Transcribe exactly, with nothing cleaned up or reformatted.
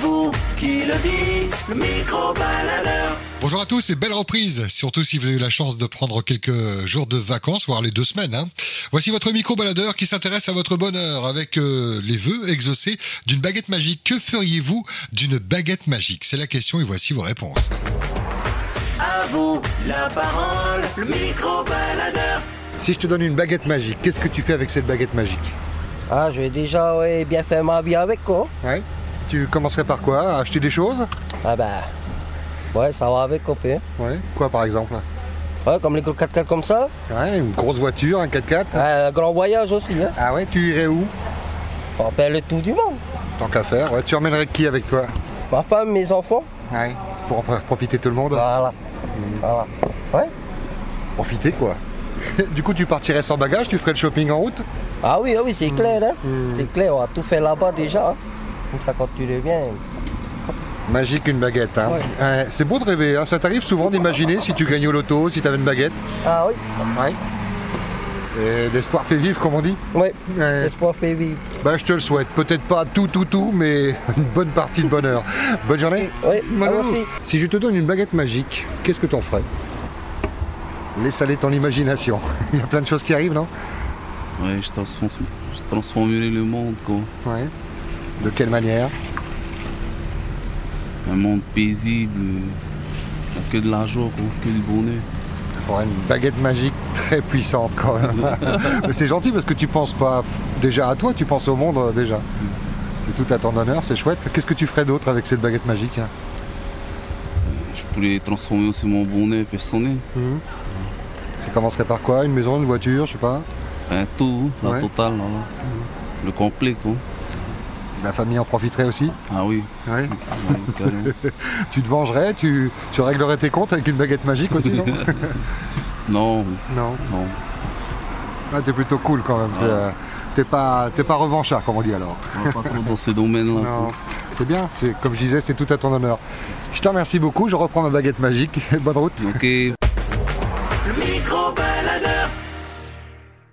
vous qui le dites, le micro-baladeur. Bonjour à tous et belle reprise, surtout si vous avez eu la chance de prendre quelques jours de vacances, voire les deux semaines. Hein. Voici votre micro-baladeur qui s'intéresse à votre bonheur avec euh, les vœux exaucés d'une baguette magique. Que feriez-vous d'une baguette magique? C'est la question et voici vos réponses. À vous la parole, le micro-baladeur. Si je te donne une baguette magique, qu'est-ce que tu fais avec cette baguette magique? Ah, je vais déjà ouais, bien faire ma vie avec, quoi. Ouais. Tu commencerais par quoi? À acheter des choses? Ah bah, ouais, ça va avec, quoi. Ouais. Quoi par exemple? Ouais, comme les gros quatre-quatre comme ça. Ouais, une grosse voiture, un quatre-quatre. Ouais, un grand voyage aussi, hein. Ah ouais, tu irais où? On fait le tour du monde. Tant qu'à faire, ouais. Tu emmènerais qui avec toi? Ma femme, mes enfants. Ouais. Pour en profiter tout le monde? Voilà. Mmh. Voilà. Ouais. Profiter quoi. Du coup, tu partirais sans bagage, tu ferais le shopping en route? Ah oui, ah oui, c'est clair, hein. Mmh. C'est clair, on va tout faire là-bas déjà. Hein. Comme ça, quand tu reviens. Magique une baguette, hein. Ouais. Euh, c'est beau de rêver, hein. Ça t'arrive souvent d'imaginer si tu gagnes au loto, si t'avais une baguette? Ah oui. Ouais. Et l'espoir fait vivre, comme on dit? Oui, Ouais. l'espoir fait vivre. Bah, je te le souhaite. Peut-être pas tout, tout, tout, mais une bonne partie de bonheur. Bonne journée. Oui, Malou. moi aussi. Si je te donne une baguette magique, qu'est-ce que t'en ferais? Laisse aller ton imagination. Il y a plein de choses qui arrivent, non? Ouais, je, transforme, je transformerai le monde, quoi. Ouais. De quelle manière? Un monde paisible, que de la joie, quoi, que du bonheur. Il faudrait une baguette magique très puissante, quand même. Mais c'est gentil parce que tu penses pas déjà à toi, tu penses au monde euh, déjà. C'est tout à ton honneur, c'est chouette. Qu'est-ce que tu ferais d'autre avec cette baguette magique? Je pourrais transformer aussi mon bonheur personnel. Mmh. Ça commencerait par quoi? Une maison, une voiture, je sais pas? Un tout, la Ouais. totale, voilà. Mmh. Le complet, quoi. La famille en profiterait aussi? Ah oui, Ouais. ouais, carrément. Tu te vengerais, tu, tu réglerais tes comptes avec une baguette magique aussi, non? Non, Non. non. Ah, t'es plutôt cool quand même. C'est, euh, T'es pas, t'es pas revanchard, comme on dit alors. On va pas trop dans ce domaine-là. Non. quoi. C'est bien, c'est, comme je disais, c'est tout à ton honneur. Je te remercie beaucoup, je reprends ma baguette magique. Bonne route. Ok. Le micro-baladeur.